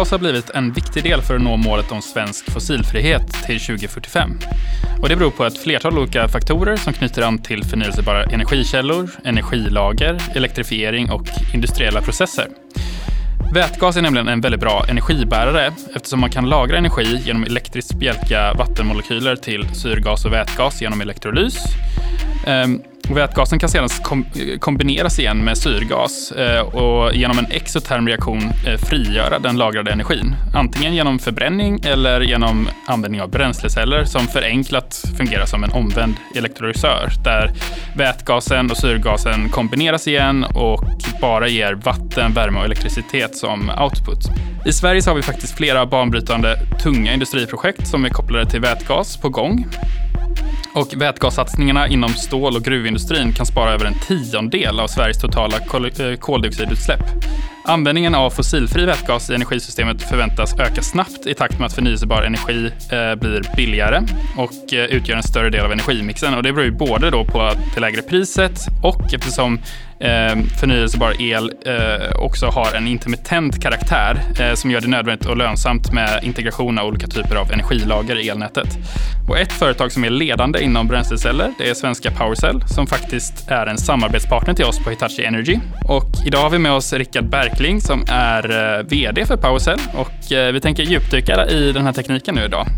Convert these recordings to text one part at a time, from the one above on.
Vätgas har blivit en viktig del för att nå målet om svensk fossilfrihet till 2045. Och det beror på ett flertal olika faktorer som knyter an till förnyelsebara energikällor, energilager, elektrifiering och industriella processer. Vätgas är nämligen en väldigt bra energibärare eftersom man kan lagra energi genom elektriskt spjälka vattenmolekyler till syrgas och vätgas genom elektrolys. Vätgasen kan sedan kombineras igen med syrgas och genom en exoterm reaktion frigöra den lagrade energin. Antingen genom förbränning eller genom användning av bränsleceller som förenklat fungerar som en omvänd elektrolysör där vätgasen och syrgasen kombineras igen och bara ger vatten, värme och elektricitet som output. I Sverige så har vi faktiskt flera banbrytande tunga industriprojekt som är kopplade till vätgas på gång. Och vätgassatsningarna inom stål- och gruvindustrin kan spara över 1/10 av Sveriges totala koldioxidutsläpp. Användningen av fossilfri vätgas i energisystemet förväntas öka snabbt i takt med att förnyelsebar energi blir billigare och utgör en större del av energimixen. Och det beror ju både då på det lägre priset och eftersom förnyelsebar el också har en intermittent karaktär som gör det nödvändigt och lönsamt med integration av olika typer av energilager i elnätet. Och ett företag som är ledande inom bränsleceller, det är svenska PowerCell som faktiskt är en samarbetspartner till oss på Hitachi Energy. Och idag har vi med oss Rickard Berkling som är vd för PowerCell och vi tänker djupdyka i den här tekniken nu idag.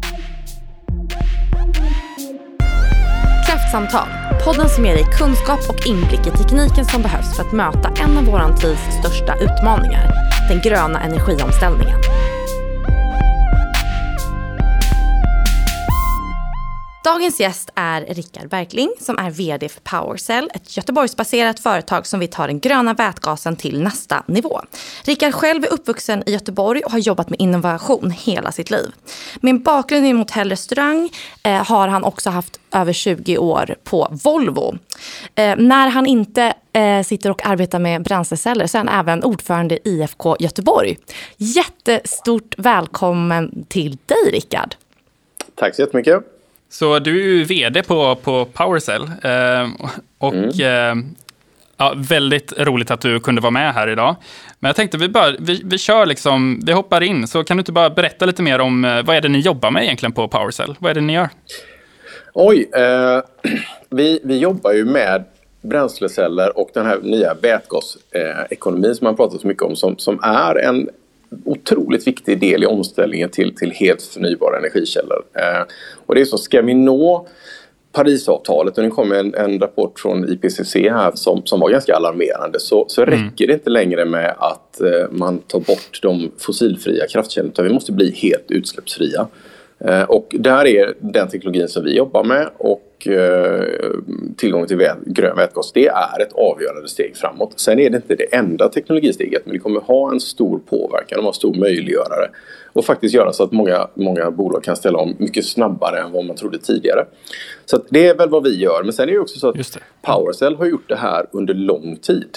Kraftsamtal, podden som ger dig kunskap och inblick i tekniken som behövs för att möta en av vår tids största utmaningar, den gröna energiomställningen. Dagens gäst är Rickard Berkling som är vd för PowerCell, ett Göteborgsbaserat företag som vill ta den gröna vätgasen till nästa nivå. Rickard själv är uppvuxen i Göteborg och har jobbat med innovation hela sitt liv. Med en bakgrund inom hotellrestaurang har han också haft över 20 år på Volvo. När han inte sitter och arbetar med bränsleceller så är han även ordförande i IFK Göteborg. Jättestort välkommen till dig, Rickard. Tack så jättemycket. Så du är ju vd på PowerCell och väldigt roligt att du kunde vara med här idag. Men jag tänkte vi kör liksom, vi hoppar in. Så kan du inte bara berätta lite mer om vad är det ni jobbar med egentligen på PowerCell? Vad är det ni gör? Vi jobbar ju med bränsleceller och den här nya vätgasekonomin som man pratar så mycket om som är en otroligt viktig del i omställningen till helt förnybara energikällor. Och det är så, ska vi nå Parisavtalet, och det kom en rapport från IPCC här som var ganska alarmerande, så räcker det inte längre med att man tar bort de fossilfria kraftkällorna, utan vi måste bli helt utsläppsfria. Och där är den teknologin som vi jobbar med och tillgång till grön vätgas, det är ett avgörande steg framåt. Sen är det inte det enda teknologisteget, men det kommer ha en stor påverkan och en stor möjliggörare och faktiskt göra så att många bolag kan ställa om mycket snabbare än vad man trodde tidigare. Så att det är väl vad vi gör. Men sen är det också så att PowerCell har gjort det här under lång tid.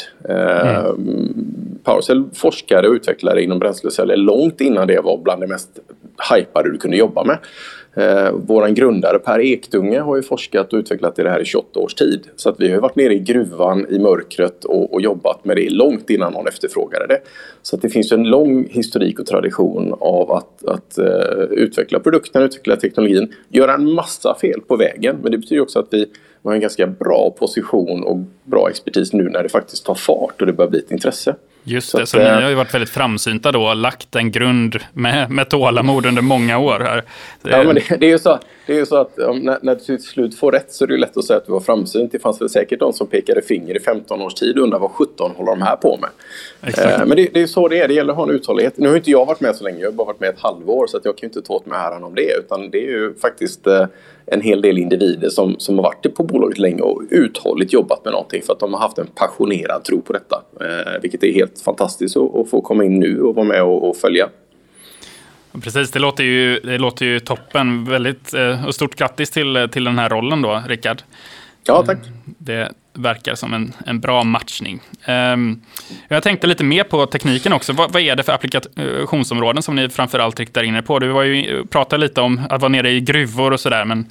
PowerCell forskare och utvecklare inom bränsleceller långt innan det var bland det mest hypade du kunde jobba med. Våran grundare Per Ekdunge har ju forskat och utvecklat i det här i 28 års tid. Så att vi har varit nere i gruvan i mörkret och jobbat med det långt innan någon efterfrågade det. Så att det finns en lång historik och tradition av att utveckla produkten, utveckla teknologin, göra en massa fel på vägen. Men det betyder också att vi har en ganska bra position och bra expertis nu när det faktiskt tar fart och det börjar bli ett intresse. Just det, så ni har ju varit väldigt framsynta då och lagt en grund med tålamod under många år här. Ja, men det är ju så att när du till slut får rätt så är det lätt att säga att du var framsynt. Det fanns väl säkert de som pekade finger i 15 års tid och undrar vad 17 håller de här på med. Men det är så det är, det gäller att ha en uthållighet. Nu har inte jag varit med så länge, jag har bara varit med ett halvår, så att jag kan inte ta åt mig äran om det, utan det är ju faktiskt en hel del individer som har varit på bolaget länge och uthålligt jobbat med någonting för att de har haft en passionerad tro på detta, vilket är helt fantastiskt att få komma in nu och vara med och följa. Precis, det låter ju toppen. Väldigt och stort grattis till den här rollen då, Rickard. Ja, tack. Det verkar som en bra matchning. Jag tänkte lite mer på tekniken också. Vad är det för applikationsområden som ni framförallt riktar in er på? Du pratade lite om att vara nere i gruvor och sådär, men...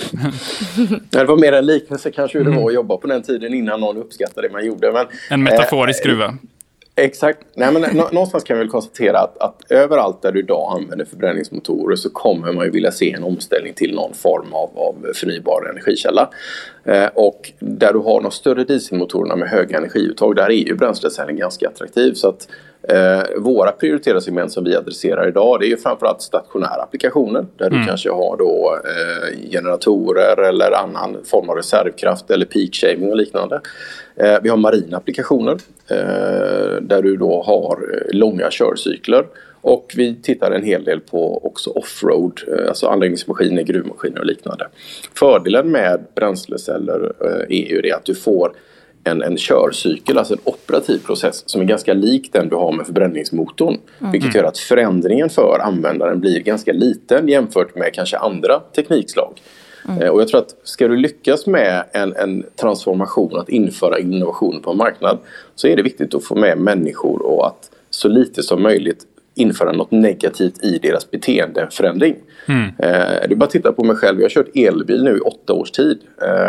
Det var mer en liknelse kanske hur det var att jobba på den tiden innan någon uppskattade det man gjorde. Men, en metaforisk gruva. Exakt. Nej, men någonstans kan vi väl konstatera att överallt där du idag använder förbränningsmotorer så kommer man ju vilja se en omställning till någon form av förnybar energikälla. Och där du har de större dieselmotorerna med höga energiuttag, där är ju bränslecellen ganska attraktiv. Så att våra prioriterade segment som vi adresserar idag, det är ju framförallt stationära applikationer där du kanske har då generatorer eller annan form av reservkraft eller peak shaving och liknande. Vi har marina applikationer där du då har långa körcykler, och vi tittar en hel del på också offroad, alltså anläggningsmaskiner, gruvmaskiner och liknande. Fördelen med bränsleceller är ju det att du får en körcykel, alltså en operativ process som är ganska lik den du har med förbränningsmotorn. Vilket gör att förändringen för användaren blir ganska liten jämfört med kanske andra teknikslag. Och jag tror att ska du lyckas med en transformation, att införa innovation på en marknad, så är det viktigt att få med människor och att så lite som möjligt införa något negativt i deras beteendeförändring. Du bara titta på mig själv, jag har kört elbil nu i 8 års tid.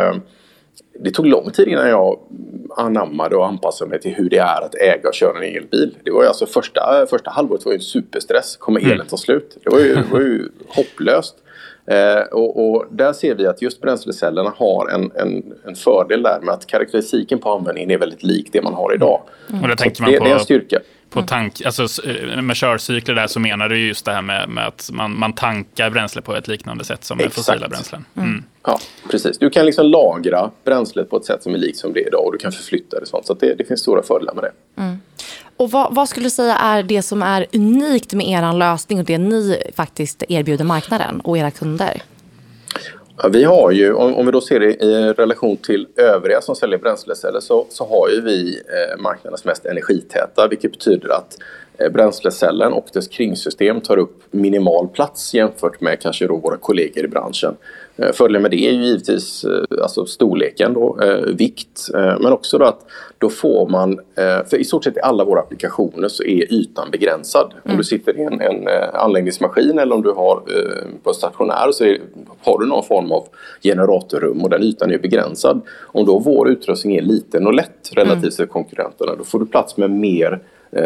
Det tog lång tid innan jag anammade och anpassade mig till hur det är att äga och köra en elbil. Det var ju alltså första halvåret var ju en superstress. Kommer elen ta slut? Det var ju hopplöst. Och där ser vi att just bränslecellerna har en fördel där med att karaktäristiken på användningen är väldigt lik det man har idag. Och där tänker man det är en styrka. På tank, alltså med körcykler där så menar du just det här med att man tankar bränsle på ett liknande sätt som med fossila bränslen. Ja, precis. Du kan liksom lagra bränslet på ett sätt som är likt som det är idag, och du kan förflytta det sånt. Så att det finns stora fördelar med det. Och vad skulle du säga är det som är unikt med er lösning och det ni faktiskt erbjuder marknaden och era kunder? Ja, vi har ju, om vi då ser det i relation till övriga som säljer bränsleceller, så har ju vi marknadens mest energitäta, vilket betyder att bränslecellen och dess kringsystem tar upp minimal plats jämfört med kanske då våra kollegor i branschen. Fördelen med det är ju givetvis alltså storleken då, vikt, men också då att då får man, för i stort sett i alla våra applikationer så är ytan begränsad. Om du sitter i en anläggningsmaskin eller om du har på stationär så har du någon form av generatorrum och den ytan är begränsad. Om då vår utrustning är liten och lätt relativt till konkurrenterna, då får du plats med mer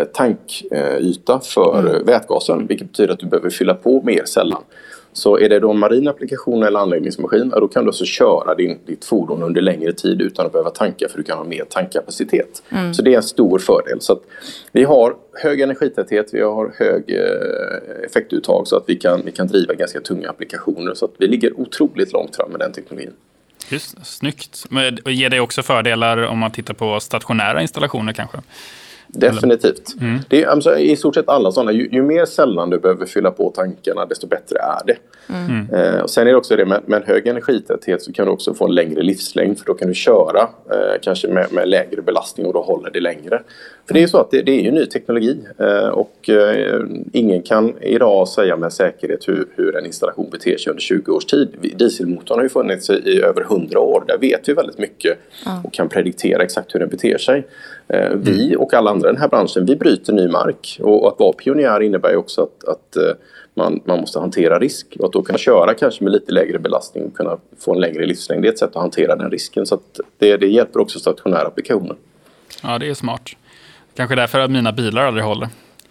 tankyta för vätgasen, vilket betyder att du behöver fylla på mer sällan. Så är det då en marin applikation eller anläggningsmaskin, då kan du också köra ditt fordon under längre tid utan att behöva tanka, för du kan ha mer tankkapacitet. Så det är en stor fördel. Så att vi har hög energitäthet, vi har hög effektuttag så att vi kan driva ganska tunga applikationer. Så att vi ligger otroligt långt fram med den teknologin. Just, snyggt. Men ger det också fördelar om man tittar på stationära installationer kanske? Definitivt. Det är, alltså, i stort sett alla sådana. Ju mer sällan du behöver fylla på tankarna, desto bättre är det. Och sen är det också det med en hög energitäthet så kan du också få en längre livslängd, för då kan du köra kanske med lägre belastning och då håller det längre. För det är ju så att det är ju ny teknologi och ingen kan idag säga med säkerhet hur en installation beter sig under 20 års tid. Dieselmotorn har ju funnits i över 100 år. Där vet vi väldigt mycket och kan prediktera exakt hur den beter sig. Vi och alla andra i den här branschen, vi bryter ny mark, och att vara pionjär innebär ju också att man måste hantera risk, och att då kunna köra kanske med lite lägre belastning och kunna få en längre livslängd, det är ett sätt att hantera den risken, så att det hjälper också stationära applikationer. Ja, det är smart. Kanske därför att mina bilar aldrig håller.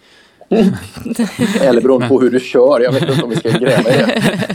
Eller beroende på hur du kör. Jag vet inte om vi ska gräva i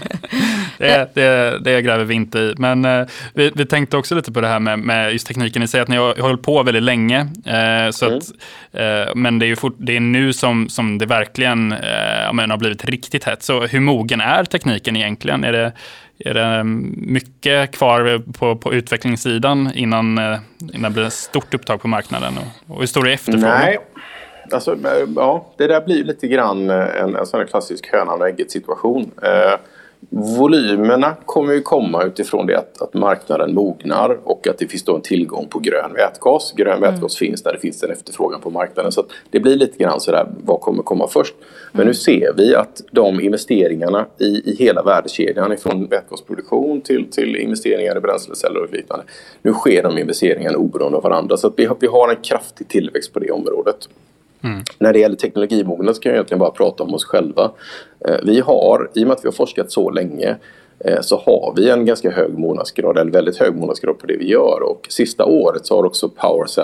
det. Det gräver vi inte i. Men vi tänkte också lite på det här med just tekniken i sig. Att ni har hållit på väldigt länge. Men det är nu som det verkligen har blivit riktigt hett. Så hur mogen är tekniken egentligen? Är det mycket kvar på utvecklingssidan innan det blir ett stort upptag på marknaden? Och hur stor är efterfrågan? Nej. Alltså, ja, det där blir lite grann en sån här klassisk hönan och ägget situation. Volymerna kommer ju komma utifrån det att marknaden mognar och att det finns då en tillgång på grön vätgas. Grön vätgas finns där det finns en efterfrågan på marknaden. Så att det blir lite grann sådär, vad kommer komma först? Men nu ser vi att de investeringarna i hela värdekedjan, från vätgasproduktion till investeringar i bränsleceller och liknande. Nu sker de investeringarna oberoende av varandra, så att vi har en kraftig tillväxt på det området. När det gäller teknologimognad så kan jag egentligen bara prata om oss själva. Vi har, i och med att vi har forskat så länge, så har vi en ganska hög mognadsgrad, eller väldigt hög mognadsgrad på det vi gör. Och sista året så har också PowerCell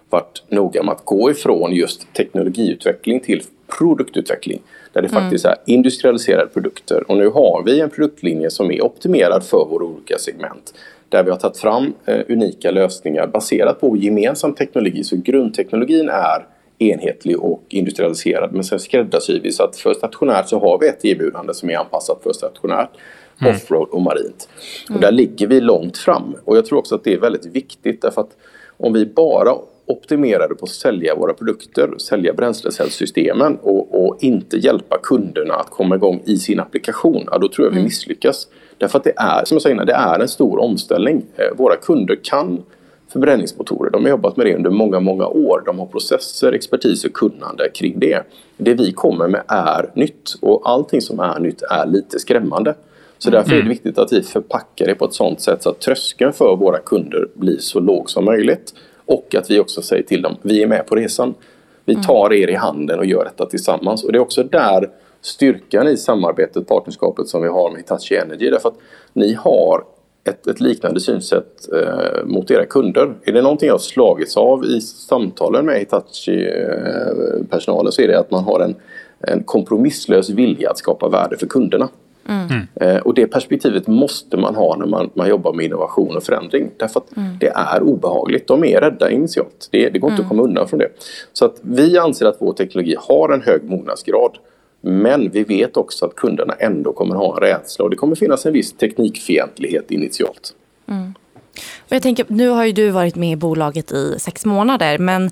varit noga med att gå ifrån just teknologiutveckling till produktutveckling. Där det faktiskt är industrialiserade produkter. Och nu har vi en produktlinje som är optimerad för våra olika segment. Där vi har tagit fram unika lösningar baserat på gemensam teknologi. Så grundteknologin är enhetlig och industrialiserad. Men sen skräddarsyr vi så att för stationärt så har vi ett erbjudande som är anpassat för stationärt, offroad och marint. Och där ligger vi långt fram. Och jag tror också att det är väldigt viktigt därför att om vi bara optimerade på att sälja våra produkter, sälja bränslecellssystemen och inte hjälpa kunderna att komma igång i sin applikation, då tror jag vi misslyckas. Därför att det är, som jag sa innan, det är en stor omställning. Våra kunder kan förbränningsmotorer. De har jobbat med det under många, många år. De har processer, expertis och kunnande kring det. Det vi kommer med är nytt och allting som är nytt är lite skrämmande. Så därför är det viktigt att vi förpackar det på ett sådant sätt så att tröskeln för våra kunder blir så låg som möjligt. Och att vi också säger till dem, vi är med på resan. Vi tar er i handen och gör detta tillsammans. Och det är också där styrkan i samarbetet, partnerskapet som vi har med Hitachi Energy. Därför att ni har ett liknande synsätt mot era kunder. Är det någonting jag har slagits av i samtalen med Hitachi-personalen så är det att man har en kompromisslös vilja att skapa värde för kunderna. Och det perspektivet måste man ha när man jobbar med innovation och förändring. Därför att det är obehagligt. De är rädda initialt. Det går inte att komma undan från det. Så att vi anser att vår teknologi har en hög mognadsgrad. Men vi vet också att kunderna ändå kommer ha en rädsla. Och det kommer finnas en viss teknikfientlighet initialt. Och jag tänker, nu har ju du varit med i bolaget i 6 månader. Men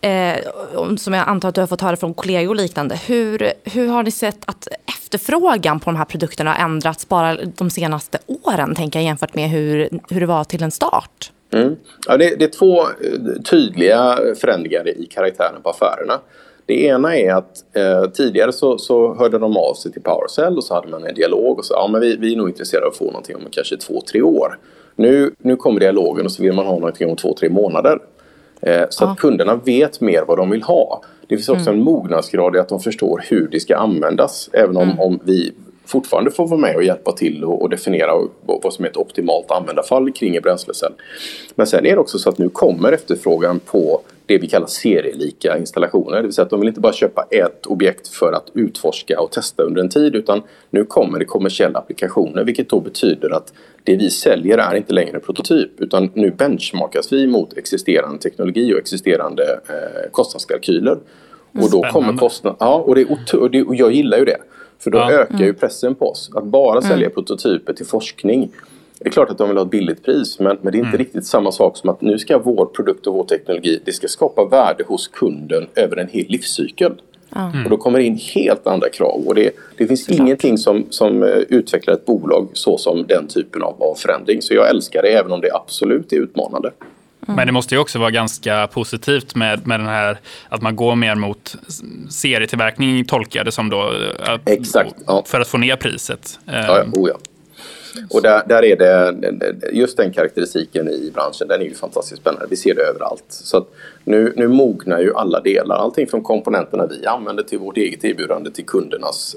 som jag antar att du har fått höra från kollegor och liknande. Hur har ni sett att efterfrågan på de här produkterna har ändrats bara de senaste åren, tänker jag, jämfört med hur det var till en start? Ja, det är 2 tydliga förändringar i karaktären på affärerna. Det ena är att tidigare så hörde de av sig till PowerCell och så hade man en dialog och så men vi är nog intresserade av att få någonting om kanske 2-3 år. Nu kommer dialogen och så vill man ha någonting om 2-3 månader. Så att kunderna vet mer vad de vill ha. Det finns också en mognadsgrad i att de förstår hur det ska användas. Även om vi fortfarande får vara med och hjälpa till och definiera vad som är ett optimalt användarfall kring en bränslecell. Men sen är det också så att nu kommer efterfrågan på det vi kallar serielika installationer. Det vill säga att de vill inte bara köpa ett objekt för att utforska och testa under en tid, utan nu kommer det kommersiella applikationer, vilket då betyder att det vi säljer är inte längre en prototyp, utan nu benchmarkas vi mot existerande teknologi och existerande kostnadskalkyler. Och då kommer kostnaden. Ja, och jag gillar ju det. För då ökar ju pressen på oss. Att bara sälja prototyper till forskning. Det är klart att de vill ha ett billigt pris. Men det är inte riktigt samma sak som att nu ska vår produkt och vår teknologi, det ska skapa värde hos kunden över en hel livscykel. Och då kommer det in helt andra krav. Och det finns ingenting som utvecklar ett bolag så som den typen av förändring. Så jag älskar det även om det absolut är utmanande. Men det måste ju också vara ganska positivt med den här att man går mer mot serietillverkning, tolkar det som då. Exakt. Ja. För att få ner priset. Ja. Och där är det just den karaktäristiken i branschen, den är ju fantastiskt spännande. Vi ser det överallt. Så att nu mognar ju alla delar. Allting från komponenterna vi använder till vårt eget erbjudande till kundernas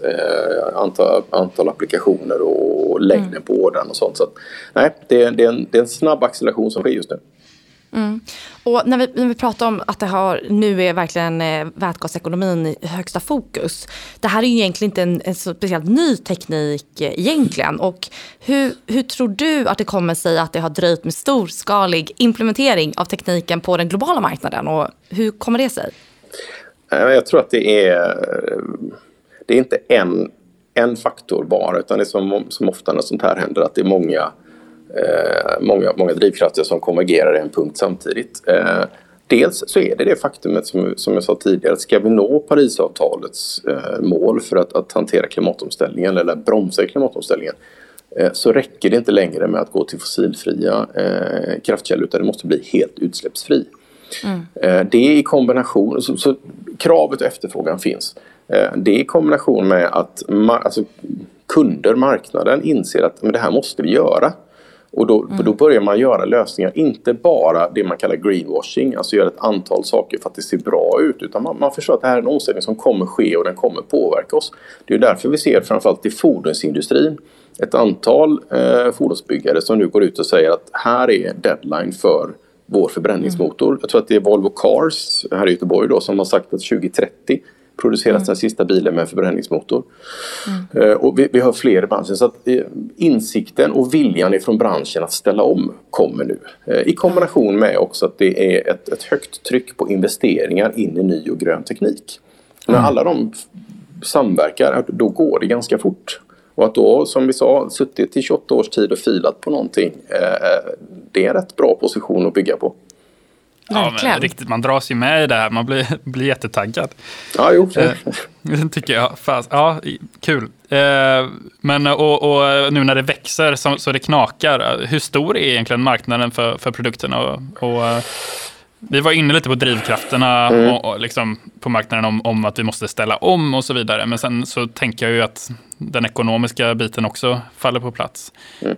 antal applikationer och längden på ordern och sånt. Så att, nej, det är en snabb acceleration som sker just nu. Och när vi pratar om att nu är verkligen vätgasekonomin i högsta fokus. Det här är ju egentligen inte en speciellt ny teknik egentligen. Och hur tror du att det kommer sig att det har dröjt med storskalig implementering av tekniken på den globala marknaden? Och hur kommer det sig? Jag tror att det är inte en faktor bara, utan det är som ofta när sånt här händer att det är många drivkrafter som konvergerar i en punkt samtidigt. Dels så är det faktumet som jag sa tidigare, att ska vi nå Parisavtalets mål för att hantera klimatomställningen eller bromsa klimatomställningen, så räcker det inte längre med att gå till fossilfria kraftkällor, utan det måste bli helt utsläppsfri. Det är i kombination, så kravet och efterfrågan finns. Det är i kombination med att marknaden inser att men det här måste vi göra. Och då börjar man göra lösningar, inte bara det man kallar greenwashing, alltså göra ett antal saker för att det ser bra ut, utan man förstår att det här är en omställning som kommer ske och den kommer påverka oss. Det är därför vi ser framförallt i fordonsindustrin ett antal fordonsbyggare som nu går ut och säger att här är deadline för vår förbränningsmotor. Jag tror att det är Volvo Cars här i Göteborg då, som har sagt att 2030 produceras den sista bilen med förbränningsmotor. Och vi har fler i branschen, så att insikten och viljan ifrån branschen att ställa om kommer nu. I kombination med också att det är ett högt tryck på investeringar in i ny och grön teknik. När alla de samverkar, då går det ganska fort. Och att då, som vi sa, suttit i 28 års tid och filat på någonting, det är en rätt bra position att bygga på. Ja, men riktigt, man dras ju med i det här. Man blir jättetaggad. Ja, jo. Det tycker jag. Fast, ja, kul. Men och nu när det växer så det knakar. Hur stor är egentligen marknaden för produkterna? Och vi var inne lite på drivkrafterna och liksom på marknaden om att vi måste ställa om och så vidare. Men sen så tänker jag ju att den ekonomiska biten också faller på plats.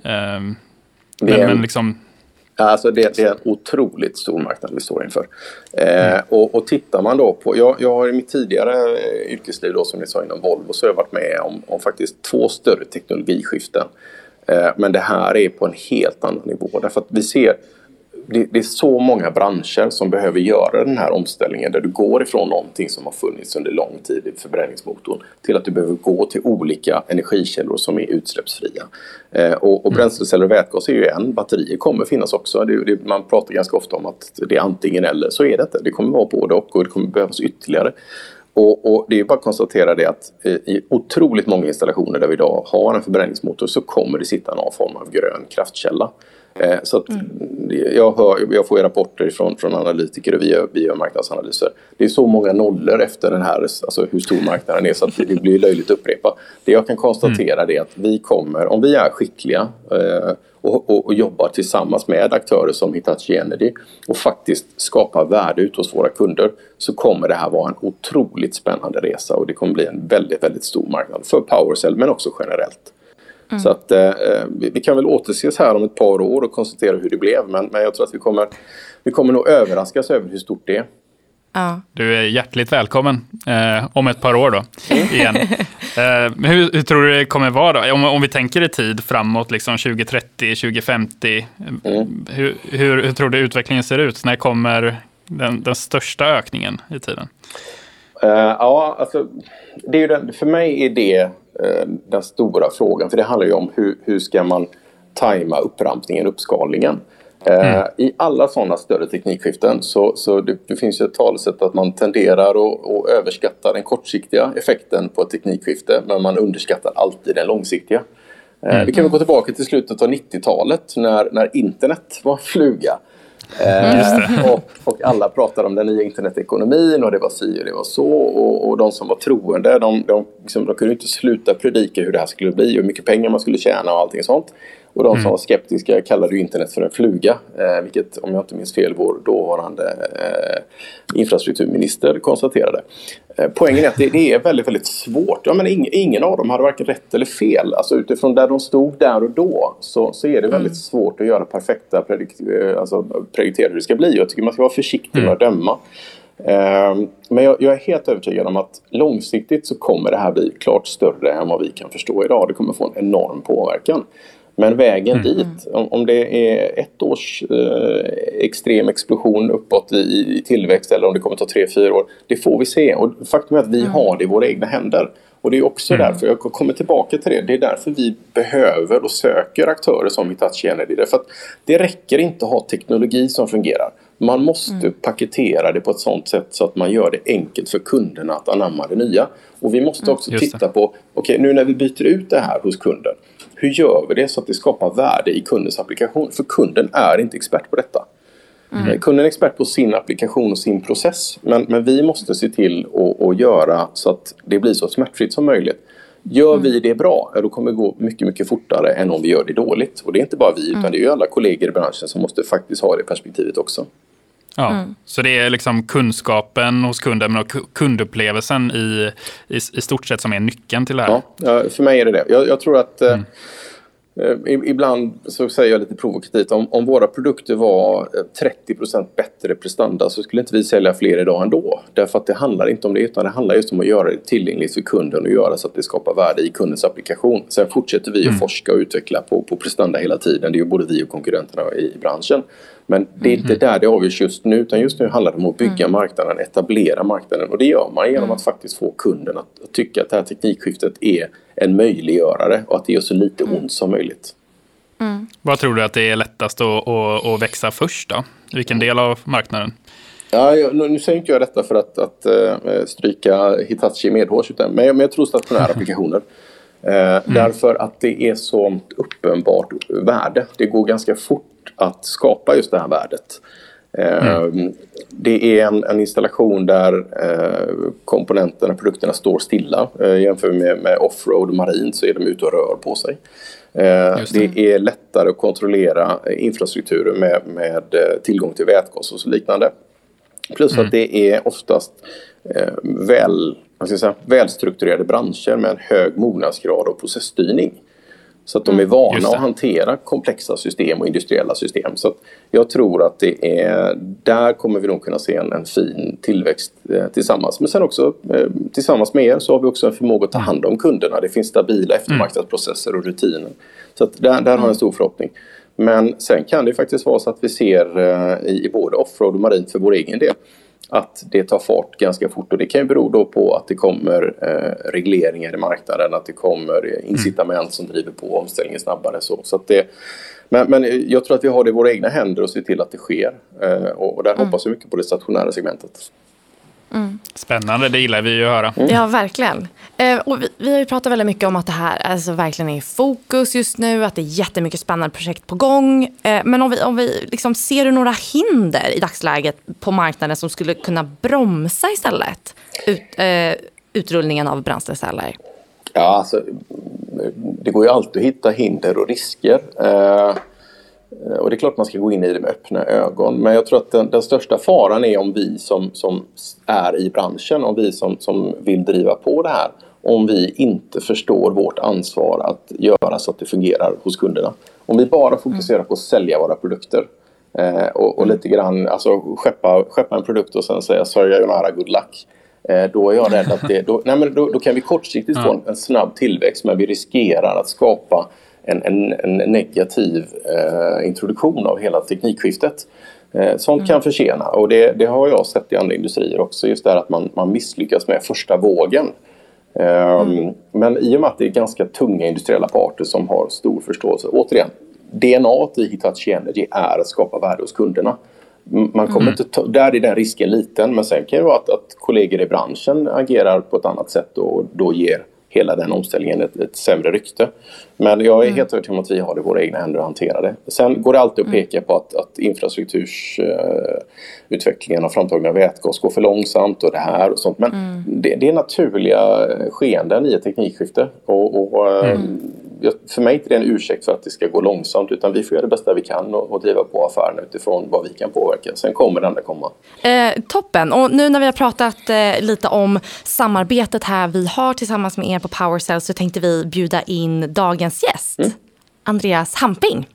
Men liksom... Alltså det är en otroligt stor marknad vi står inför. Och tittar man då på... Jag har i mitt tidigare yrkesliv då, som ni sa inom Volvo, så har jag varit med om faktiskt 2 större teknologiskiften. Men det här är på en helt annan nivå. Därför att vi ser... Det är så många branscher som behöver göra den här omställningen, där du går ifrån någonting som har funnits under lång tid i förbränningsmotorn till att du behöver gå till olika energikällor som är utsläppsfria. Och bränsleceller och vätgas är ju en. Batterier kommer finnas också. Man pratar ganska ofta om att det är antingen eller. Så är det inte. Det kommer vara både och det kommer behövas ytterligare. Och det är bara att konstatera det att i otroligt många installationer där vi idag har en förbränningsmotor så kommer det sitta någon form av grön kraftkälla. Så att jag får ju rapporter från analytiker och vi gör marknadsanalyser. Det är så många nollor efter den här, alltså hur stor marknaden är, så att det blir löjligt att upprepa. Det jag kan konstatera är att vi kommer, om vi är skickliga och jobbar tillsammans med aktörer som Hitachi Energy och faktiskt skapar värde ut hos våra kunder, så kommer det här vara en otroligt spännande resa, och det kommer bli en väldigt, väldigt stor marknad för PowerCell men också generellt. Så att vi kan väl återses här om ett par år och konstatera hur det blev. Men jag tror att vi kommer nog överraskas över hur stort det är. Ja. Du är hjärtligt välkommen om ett par år då, igen. Men hur tror du det kommer vara då? Om vi tänker i tid framåt, liksom 2030, 2050. Hur tror du utvecklingen ser ut? När kommer den största ökningen i tiden? Ja, alltså, det är ju för mig är det den stora frågan. För det handlar ju om hur ska man tajma upprampningen, uppskalningen. I alla sådana större teknikskiften så det finns ju ett talesätt att man tenderar att överskatta den kortsiktiga effekten på ett teknikskifte, men man underskattar alltid den långsiktiga. Vi kan gå tillbaka till slutet av 90-talet när internet var fluga. Och alla pratade om den nya internetekonomin, och det var si och det var så, och de som var troende de kunde inte sluta predika hur det här skulle bli och hur mycket pengar man skulle tjäna och allting sånt. Och de som var skeptiska kallade ju internet för en fluga, vilket, om jag inte minns fel, vår dåvarande infrastrukturminister konstaterade. Poängen är att det är väldigt, väldigt svårt. Ja, men ingen av dem hade varken rätt eller fel. Alltså utifrån där de stod där och då så är det väldigt svårt att göra perfekta prediktera hur det ska bli. Jag tycker man ska vara försiktig med att döma. Men jag är helt övertygad om att långsiktigt så kommer det här bli klart större än vad vi kan förstå idag. Det kommer få en enorm påverkan. Men vägen dit, om det är ett års extrem explosion uppåt i tillväxt, eller om det kommer ta 3-4 år, det får vi se. Och faktum är att vi har det i våra egna händer. Och det är också därför, jag kommer tillbaka till det är därför vi behöver och söker aktörer som Hitachi Energy. Därför att det räcker inte att ha teknologi som fungerar. Man måste paketera det på ett sånt sätt så att man gör det enkelt för kunderna att anamma det nya. Och vi måste också titta på, okej, nu när vi byter ut det här hos kunden, hur gör vi det så att det skapar värde i kundens applikation? För kunden är inte expert på detta. Kunden är expert på sin applikation och sin process. Men vi måste se till att göra så att det blir så smärtfritt som möjligt. Gör vi det bra, då kommer det gå mycket, mycket fortare än om vi gör det dåligt. Och det är inte bara vi, utan det är ju alla kollegor i branschen som måste faktiskt ha det perspektivet också. Ja, så det är liksom kunskapen hos kunden och kundupplevelsen i stort sett som är nyckeln till det här. Ja, för mig är det. Jag tror att Ibland så säger jag lite provokativt, om våra produkter var 30% bättre prestanda så skulle inte vi sälja fler idag ändå. Därför att det handlar inte om det, utan det handlar just om att göra det tillgängligt för kunden och göra så att det skapar värde i kundens applikation. Sen fortsätter vi att forska och utveckla på prestanda hela tiden. Det är ju både vi och konkurrenterna i branschen. Men det är inte där det avgörs just nu, utan just nu handlar det om att bygga marknaden, etablera marknaden. Och det gör man genom att faktiskt få kunden att tycka att det här teknikskiftet är en möjliggörare och att det gör så lite ont som möjligt. Vad tror du att det är lättast att växa först då? Vilken del av marknaden? Ja, nu säger inte jag detta för att stryka Hitachi medhårs, men jag tror stationära applikationer. Därför att det är så uppenbart värde. Det går ganska fort att skapa just det här värdet. Det är en installation där komponenterna, produkterna står stilla. Jämför med offroad och marin så är de ute och rör på sig. Det är lättare att kontrollera infrastrukturen med tillgång till vätgas och så liknande. Plus att det är oftast välstrukturerade branscher med en hög mognadsgrad och processstyrning. Så att de är vana att hantera komplexa system och industriella system. Så att jag tror att där kommer vi nog kunna se en fin tillväxt tillsammans. Men sen också tillsammans med er så har vi också en förmåga att ta hand om kunderna. Det finns stabila eftermarknadsprocesser och rutiner. Så att där har jag en stor förhoppning. Men sen kan det faktiskt vara så att vi ser i både offroad och marint för vår egen del att det tar fart ganska fort, och det kan ju bero då på att det kommer regleringar i marknaden, att det kommer incitament som driver på omställningen snabbare. Så att men jag tror att vi har det i våra egna händer och ser till att det sker, och där hoppas jag mycket på det stationära segmentet. Spännande, det gillar vi ju att höra. Ja, verkligen. Och vi har ju pratat väldigt mycket om att det här alltså verkligen är i fokus just nu, att det är jättemycket spännande projekt på gång. Men om vi liksom, ser du några hinder i dagsläget på marknaden som skulle kunna bromsa istället utrullningen av bränsleceller? Ja, alltså det går ju alltid att hitta hinder och risker. Och det är klart man ska gå in i det med öppna ögon. Men jag tror att den största faran är om vi som är i branschen, om vi som vill driva på det här, om vi inte förstår vårt ansvar att göra så att det fungerar hos kunderna. Om vi bara fokuserar på att sälja våra produkter och lite grann alltså skeppa en produkt och sen säga sayonara, good luck. Då är jag rädd att då kan vi kortsiktigt få en snabb tillväxt, men vi riskerar att skapa en negativ introduktion av hela teknikskiftet. Sånt kan försena, och det har jag sett i andra industrier också, just där att man misslyckas med första vågen. Men i och med att det är ganska tunga industriella parter som har stor förståelse, återigen, DNA i Hitachi Energy är att skapa värde hos kunderna. Man kommer inte där är den risken liten, men sen kan det vara att kollegor i branschen agerar på ett annat sätt och då ger hela den omställningen ett sämre rykte. Men jag är helt övertygad om att vi har det i våra egna händer att hantera det. Sen går det alltid att peka på att infrastruktursutvecklingen av framtagna vätgas går för långsamt och det här och sånt. Men det är naturliga skeenden i ett teknikskifte. För mig är det en ursäkt för att det ska gå långsamt, utan vi får göra det bästa vi kan och driva på affären utifrån vad vi kan påverka. Sen kommer den där komma. Toppen. Och nu när vi har pratat lite om samarbetet här vi har tillsammans med er på PowerCell, så tänkte vi bjuda in dagens gäst, Andreas Hamping.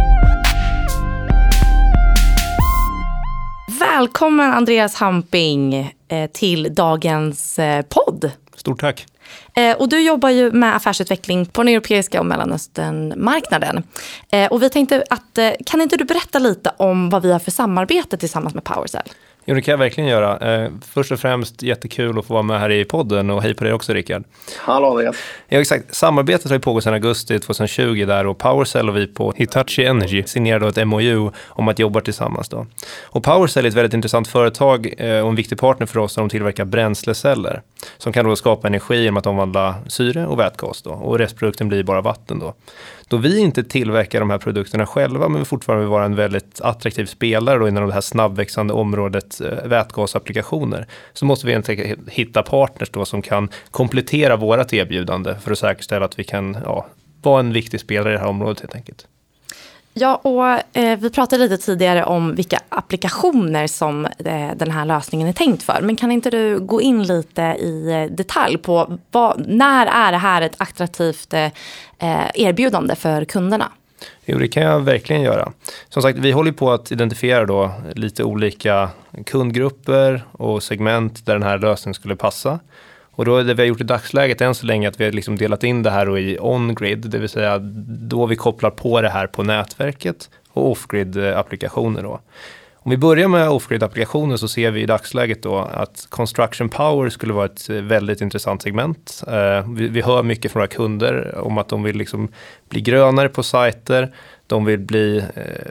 Välkommen Andreas Hamping till dagens podd. Stort tack. Och du jobbar ju med affärsutveckling på den europeiska och Mellanöstern-marknaden. Och vi tänkte att, kan inte du berätta lite om vad vi har för samarbete tillsammans med PowerCell? Jo, det kan jag verkligen göra. Först och främst jättekul att få vara med här i podden, och hej på dig också, Rickard. Hallå Andreas. Ja, exakt. Samarbetet har ju pågått sedan augusti 2020 där, och PowerCell och vi på Hitachi Energy signerade ett MOU om att jobba tillsammans då. Och PowerCell är ett väldigt intressant företag och en viktig partner för oss, som tillverkar bränsleceller som kan då skapa energi genom att omvandla syre och vätgas då, och restprodukten blir bara vatten då. Då vi inte tillverkar de här produkterna själva, men vi fortfarande vill vara en väldigt attraktiv spelare då inom det här snabbväxande området vätgasapplikationer, så måste vi egentligen hitta partners då som kan komplettera vårat erbjudande för att säkerställa att vi kan vara en viktig spelare i det här området helt enkelt. Ja, och vi pratade lite tidigare om vilka applikationer som den här lösningen är tänkt för. Men kan inte du gå in lite i detalj på när är det här ett attraktivt erbjudande för kunderna? Jo, det kan jag verkligen göra. Som sagt, vi håller på att identifiera då lite olika kundgrupper och segment där den här lösningen skulle passa. Och då det vi har gjort i dagsläget än så länge att vi har liksom delat in det här då i on-grid, det vill säga då vi kopplar på det här på nätverket, och off-grid-applikationer då. Om vi börjar med off-grid-applikationer så ser vi i dagsläget då att construction power skulle vara ett väldigt intressant segment. Vi hör mycket från våra kunder om att de vill liksom bli grönare på sajter, de vill bli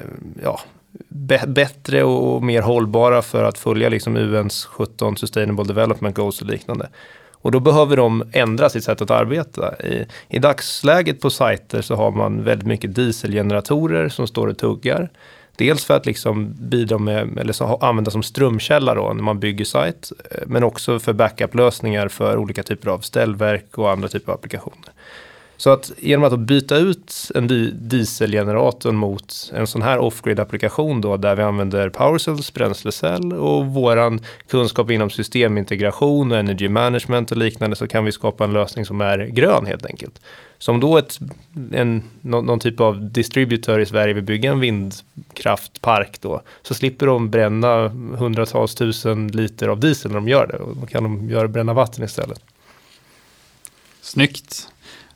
bättre och mer hållbara för att följa liksom UNs 17 Sustainable Development Goals och liknande. Och då behöver de ändra sitt sätt att arbeta. I dagsläget på sajter så har man väldigt mycket dieselgeneratorer som står och tuggar. Dels för att liksom bidra med, eller så använda som strömkälla då när man bygger sajt. Men också för backup-lösningar för olika typer av ställverk och andra typer av applikationer. Så att genom att byta ut en dieselgenerator mot en sån här off-grid-applikation då, där vi använder PowerCells bränslecell och våran kunskap inom systemintegration och energy management och liknande, så kan vi skapa en lösning som är grön helt enkelt. Som då någon typ av distributor i Sverige vill bygga en vindkraftpark då, så slipper de bränna hundratals tusen liter av diesel när de gör det, och då kan de bränna vatten istället. Snyggt.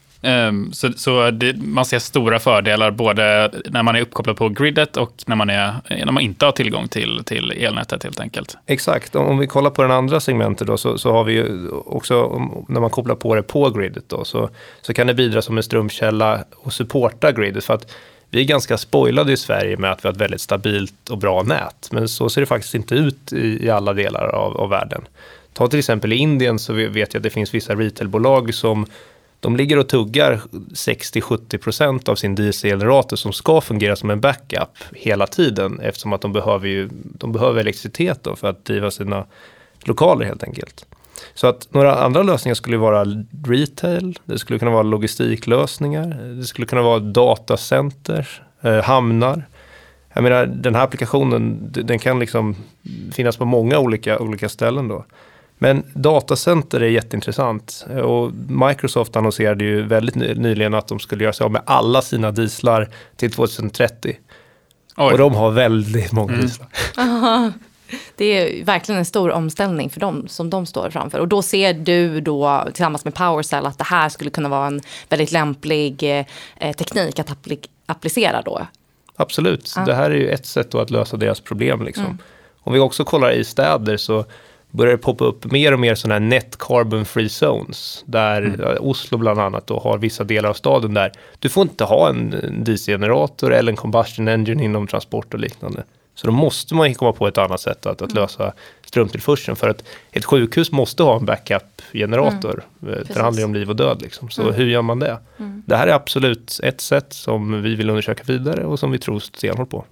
Man ser stora fördelar både när man är uppkopplad på gridet och när man inte har tillgång till elnätet helt enkelt. Exakt, om vi kollar på den andra segmentet då, så har vi ju också, när man kopplar på det på gridet då, så kan det bidra som en strömkälla och supporta gridet, för att vi är ganska spoilade i Sverige med att vi har ett väldigt stabilt och bra nät, men så ser det faktiskt inte ut i alla delar av världen. Ta till exempel i Indien, så vet jag att det finns vissa retailbolag som de ligger och tuggar 60-70% av sin dieselgenerator som ska fungera som en backup hela tiden, eftersom att de behöver elektricitet då för att driva sina lokaler helt enkelt. Så att några andra lösningar skulle vara retail, det skulle kunna vara logistiklösningar, det skulle kunna vara datacenter, hamnar. Jag menar, den här applikationen, den kan liksom finnas på många olika ställen då. Men datacenter är jätteintressant, och Microsoft annonserade ju väldigt nyligen att de skulle göra sig av med alla sina dieslar till 2030. Oj. Och de har väldigt många dieslar. Aha. Det är verkligen en stor omställning för dem som de står framför. Och då ser du då tillsammans med PowerCell att det här skulle kunna vara en väldigt lämplig teknik att applicera då? Absolut. Det här är ju ett sätt då att lösa deras problem liksom. Om vi också kollar i städer så börjar det poppa upp mer och mer sådana här net carbon free zones, där Oslo bland annat då har vissa delar av staden där du får inte ha en dieselgenerator eller en combustion engine inom transport och liknande. Så då måste man komma på ett annat sätt att lösa strömtillförseln, för att ett sjukhus måste ha en backup-generator. Det handlar om liv och död liksom. Så hur gör man det? Det här är absolut ett sätt som vi vill undersöka vidare och som vi tror stenhårt på.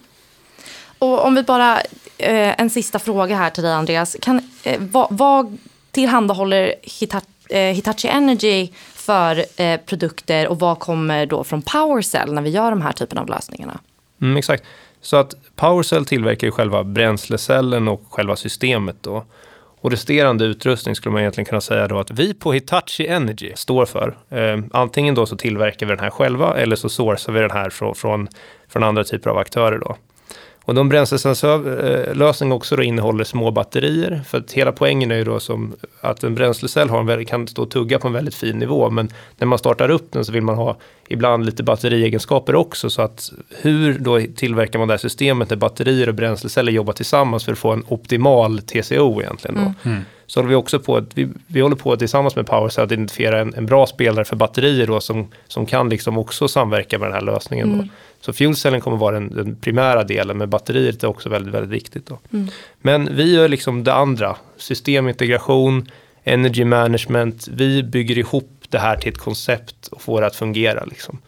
Och om vi bara, en sista fråga här till dig Andreas. Vad tillhandahåller Hitachi Energy för produkter, och vad kommer då från PowerCell när vi gör de här typen av lösningarna? Exakt. Så att PowerCell tillverkar ju själva bränslecellen och själva systemet då. Och resterande utrustning skulle man egentligen kunna säga då att vi på Hitachi Energy står för. Antingen då så tillverkar vi den här själva, eller så sourcar vi den här från andra typer av aktörer då. Och de bränslecellslösning också då innehåller små batterier, för att hela poängen är ju då som att en bränslecell kan stå och tugga på en väldigt fin nivå, men när man startar upp den så vill man ha ibland lite batteriegenskaper också, så att hur då tillverkar man det här systemet där batterier och bränsleceller jobbar tillsammans för att få en optimal TCO egentligen då. Så håller vi också på att vi håller på tillsammans med PowerCell att identifiera en bra spelare för batterier då som kan liksom också samverka med den här lösningen då. Så fuelcellen kommer vara den primära delen, men batteriet är också väldigt, väldigt viktigt då. Men vi gör liksom det andra, systemintegration, energy management. Vi bygger ihop det här till ett koncept och får det att fungera liksom.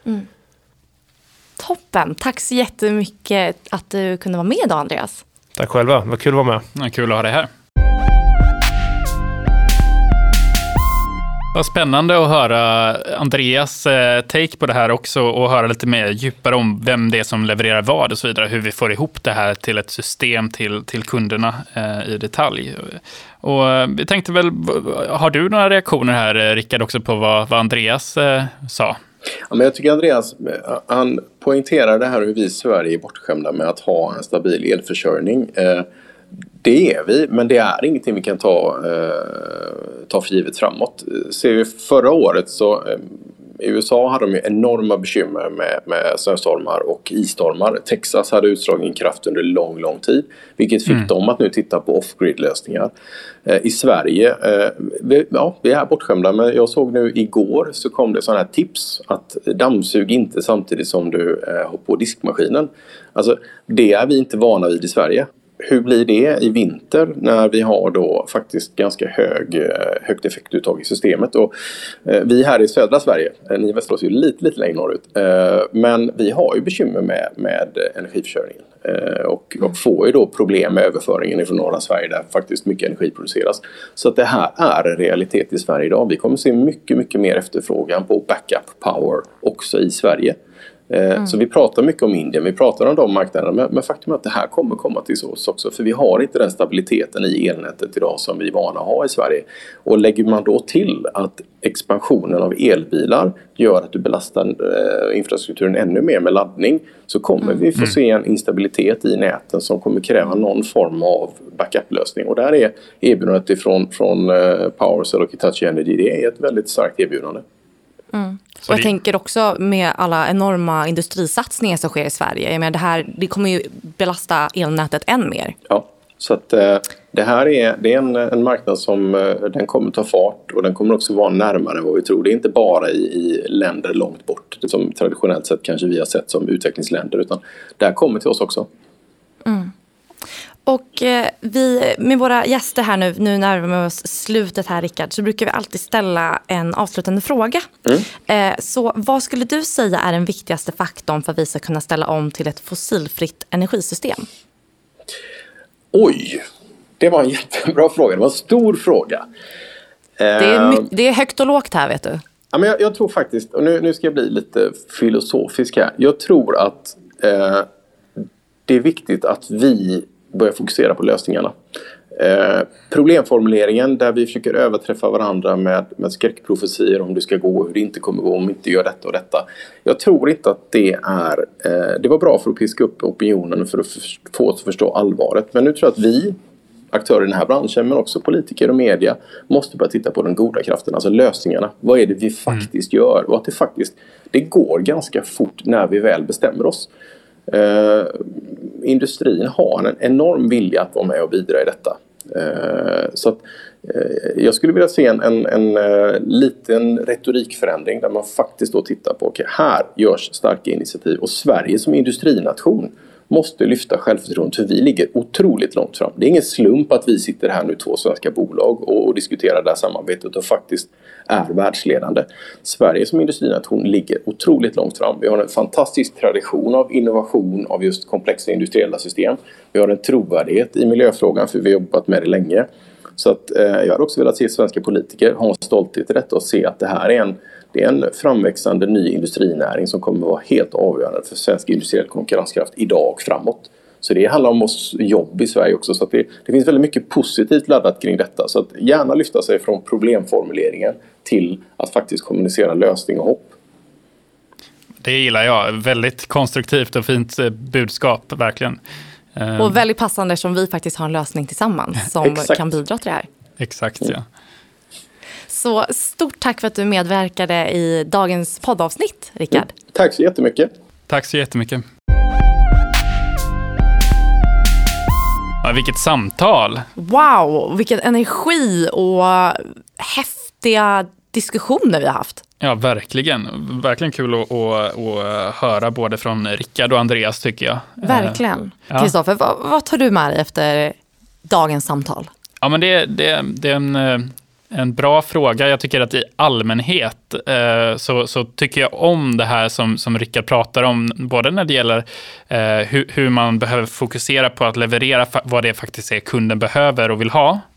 Toppen, tack så jättemycket att du kunde vara med idag Andreas. Tack själva, vad kul att vara med. Ja, kul att ha dig här. Vad spännande att höra Andreas take på det här också och höra lite mer djupare om vem det är som levererar vad och så vidare. Hur vi får ihop det här till ett system till kunderna i detalj. Och vi tänkte väl, har du några reaktioner här, Rickard, också på vad Andreas sa? Ja, men jag tycker Andreas, han poängterar det här hur vi i Sverige är bortskämda med att ha en stabil elförsörjning. Det är vi, men det är ingenting vi kan ta för givet framåt. Ser vi förra året så i USA hade de ju enorma bekymmer med snöstormar och isstormar. Texas hade utdragen kraft under lång tid, vilket fick dem att nu titta på off-grid-lösningar. I Sverige, vi är bortskämda, men jag såg nu igår så kom det sådana här tips att dammsug inte samtidigt som du har på diskmaskinen. Alltså, det är vi inte vana vid i Sverige. Hur blir det i vinter när vi har då faktiskt ganska högt effektuttag i systemet? Och vi här i södra Sverige, ni i Västerås är ju lite längre norrut, men vi har ju bekymmer med energiförsörjningen och får ju då problem med överföringen från norra Sverige där faktiskt mycket energi produceras. Så att det här är en realitet i Sverige idag. Vi kommer se mycket mer efterfrågan på backup power också i Sverige. Så vi pratar mycket om Indien, vi pratar om de marknaderna, men faktum är att det här kommer komma till oss också, för vi har inte den stabiliteten i elnätet idag som vi är vana att ha i Sverige. Och lägger man då till att expansionen av elbilar gör att du belastar infrastrukturen ännu mer med laddning, så kommer vi få se en instabilitet i näten som kommer kräva någon form av backup-lösning. Och där är erbjudandet från PowerCell och Hitachi Energy, det är ett väldigt starkt erbjudande. Och jag tänker också med alla enorma industrisatsningar som sker i Sverige. Jag menar, det kommer ju belasta elnätet än mer. Ja, så att det här är en marknad som den kommer ta fart, och den kommer också vara närmare än vad vi tror. Det är inte bara i länder långt bort som traditionellt sett kanske vi har sett som utvecklingsländer, utan det här kommer till oss också. Och vi med våra gäster här nu närmar vi oss slutet här, Rickard, så brukar vi alltid ställa en avslutande fråga. Så vad skulle du säga är den viktigaste faktorn för att vi ska kunna ställa om till ett fossilfritt energisystem? Oj, det var en jättebra fråga. Det var en stor fråga. Det är högt och lågt här, vet du. Ja, men jag tror faktiskt, och nu ska jag bli lite filosofisk här. Jag tror att det är viktigt att vi börja fokusera på lösningarna. Problemformuleringen där vi försöker överträffa varandra med skräckprofetier om det ska gå, hur det inte kommer gå om vi inte gör detta och detta. Jag tror inte att det var bra för att piska upp opinionen för att få oss att förstå allvaret. Men nu tror jag att vi, aktörer i den här branschen, men också politiker och media, måste börja titta på den goda kraften, alltså lösningarna. Vad är det vi faktiskt gör? Och att det går ganska fort när vi väl bestämmer oss. Industrin har en enorm vilja att vara med och bidra i detta. Så att, jag skulle vilja se en liten retorikförändring där man faktiskt då tittar på här görs starka initiativ, och Sverige som industrination måste lyfta självförtroende, för vi ligger otroligt långt fram. Det är ingen slump att vi sitter här nu, 2 svenska bolag, och diskuterar det här samarbetet och faktiskt är världsledande. Sverige som industrination ligger otroligt långt fram. Vi har en fantastisk tradition av innovation av just komplexa industriella system. Vi har en trovärdighet i miljöfrågan, för vi har jobbat med det länge. Så att, jag har också velat se svenska politiker ha en stolthet i detta och se att det här är en framväxande ny industrinäring som kommer att vara helt avgörande för svensk industriell konkurrenskraft idag och framåt. Så det handlar om oss jobb i Sverige också. Så att det finns väldigt mycket positivt laddat kring detta. Så att gärna lyfta sig från problemformuleringen till att faktiskt kommunicera lösning och hopp. Det gillar jag. Väldigt konstruktivt och fint budskap, verkligen. Och väldigt passande som vi faktiskt har en lösning tillsammans som kan bidra till det här. Exakt, ja. Så stort tack för att du medverkade i dagens poddavsnitt, Rickard. Tack så jättemycket. Tack så jättemycket. Ja, vilket samtal. Wow, vilken energi och häftiga diskussioner vi har haft. Ja, verkligen. Verkligen kul att höra både från Rickard och Andreas, tycker jag. Verkligen. Kristoffer, vad tar du med dig efter dagens samtal? Ja, men det är en bra fråga. Jag tycker att i allmänhet så tycker jag om det här som Rickard pratar om, både när det gäller hur man behöver fokusera på att leverera vad det faktiskt är kunden behöver och vill ha.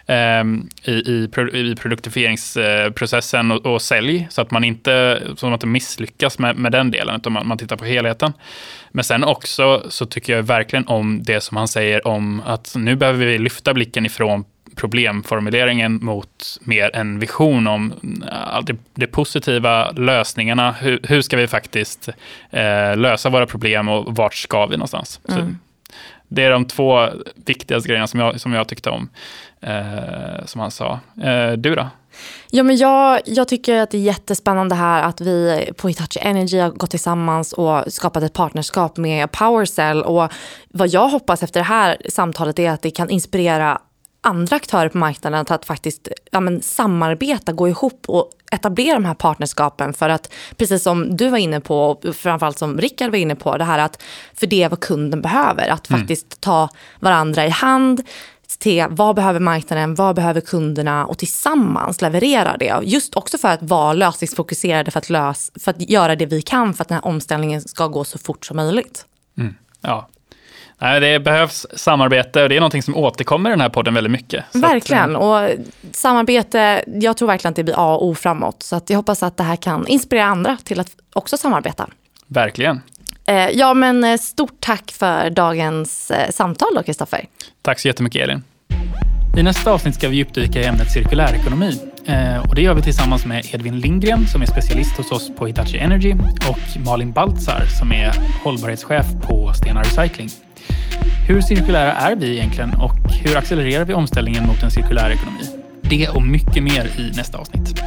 i produktifieringsprocessen och sälj, så att man inte misslyckas med den delen, utan man tittar på helheten. Men sen också så tycker jag verkligen om det som han säger om att nu behöver vi lyfta blicken ifrån problemformuleringen mot mer en vision om de positiva lösningarna. Hur ska vi faktiskt lösa våra problem och vart ska vi någonstans? Så det är de 2 viktigaste grejerna som jag tyckte om, som han sa. Du då? Ja, men jag tycker att det är jättespännande här att vi på Hitachi Energy har gått tillsammans och skapat ett partnerskap med PowerCell. Och vad jag hoppas efter det här samtalet är att det kan inspirera andra aktörer på marknaden att faktiskt samarbeta, gå ihop och etablera de här partnerskapen, för att precis som du var inne på och framförallt som Rickard var inne på, det här att för det är vad kunden behöver, att faktiskt ta varandra i hand, till vad behöver marknaden, vad behöver kunderna och tillsammans leverera det. Just också för att vara lösningsfokuserade, för att göra det vi kan för att den här omställningen ska gå så fort som möjligt. Ja. Nej, det behövs samarbete och det är någonting som återkommer i den här podden väldigt mycket. Verkligen, och samarbete, jag tror verkligen att det blir A och O framåt. Så att jag hoppas att det här kan inspirera andra till att också samarbeta. Verkligen. Ja, men stort tack för dagens samtal då, Kristoffer. Tack så jättemycket, Elin. I nästa avsnitt ska vi djupdyka i ämnet cirkulärekonomi. Och det gör vi tillsammans med Edvin Lindgren som är specialist hos oss på Hitachi Energy och Malin Baltzar som är hållbarhetschef på Stena Recycling. Hur cirkulära är vi egentligen och hur accelererar vi omställningen mot en cirkulär ekonomi? Det och mycket mer i nästa avsnitt.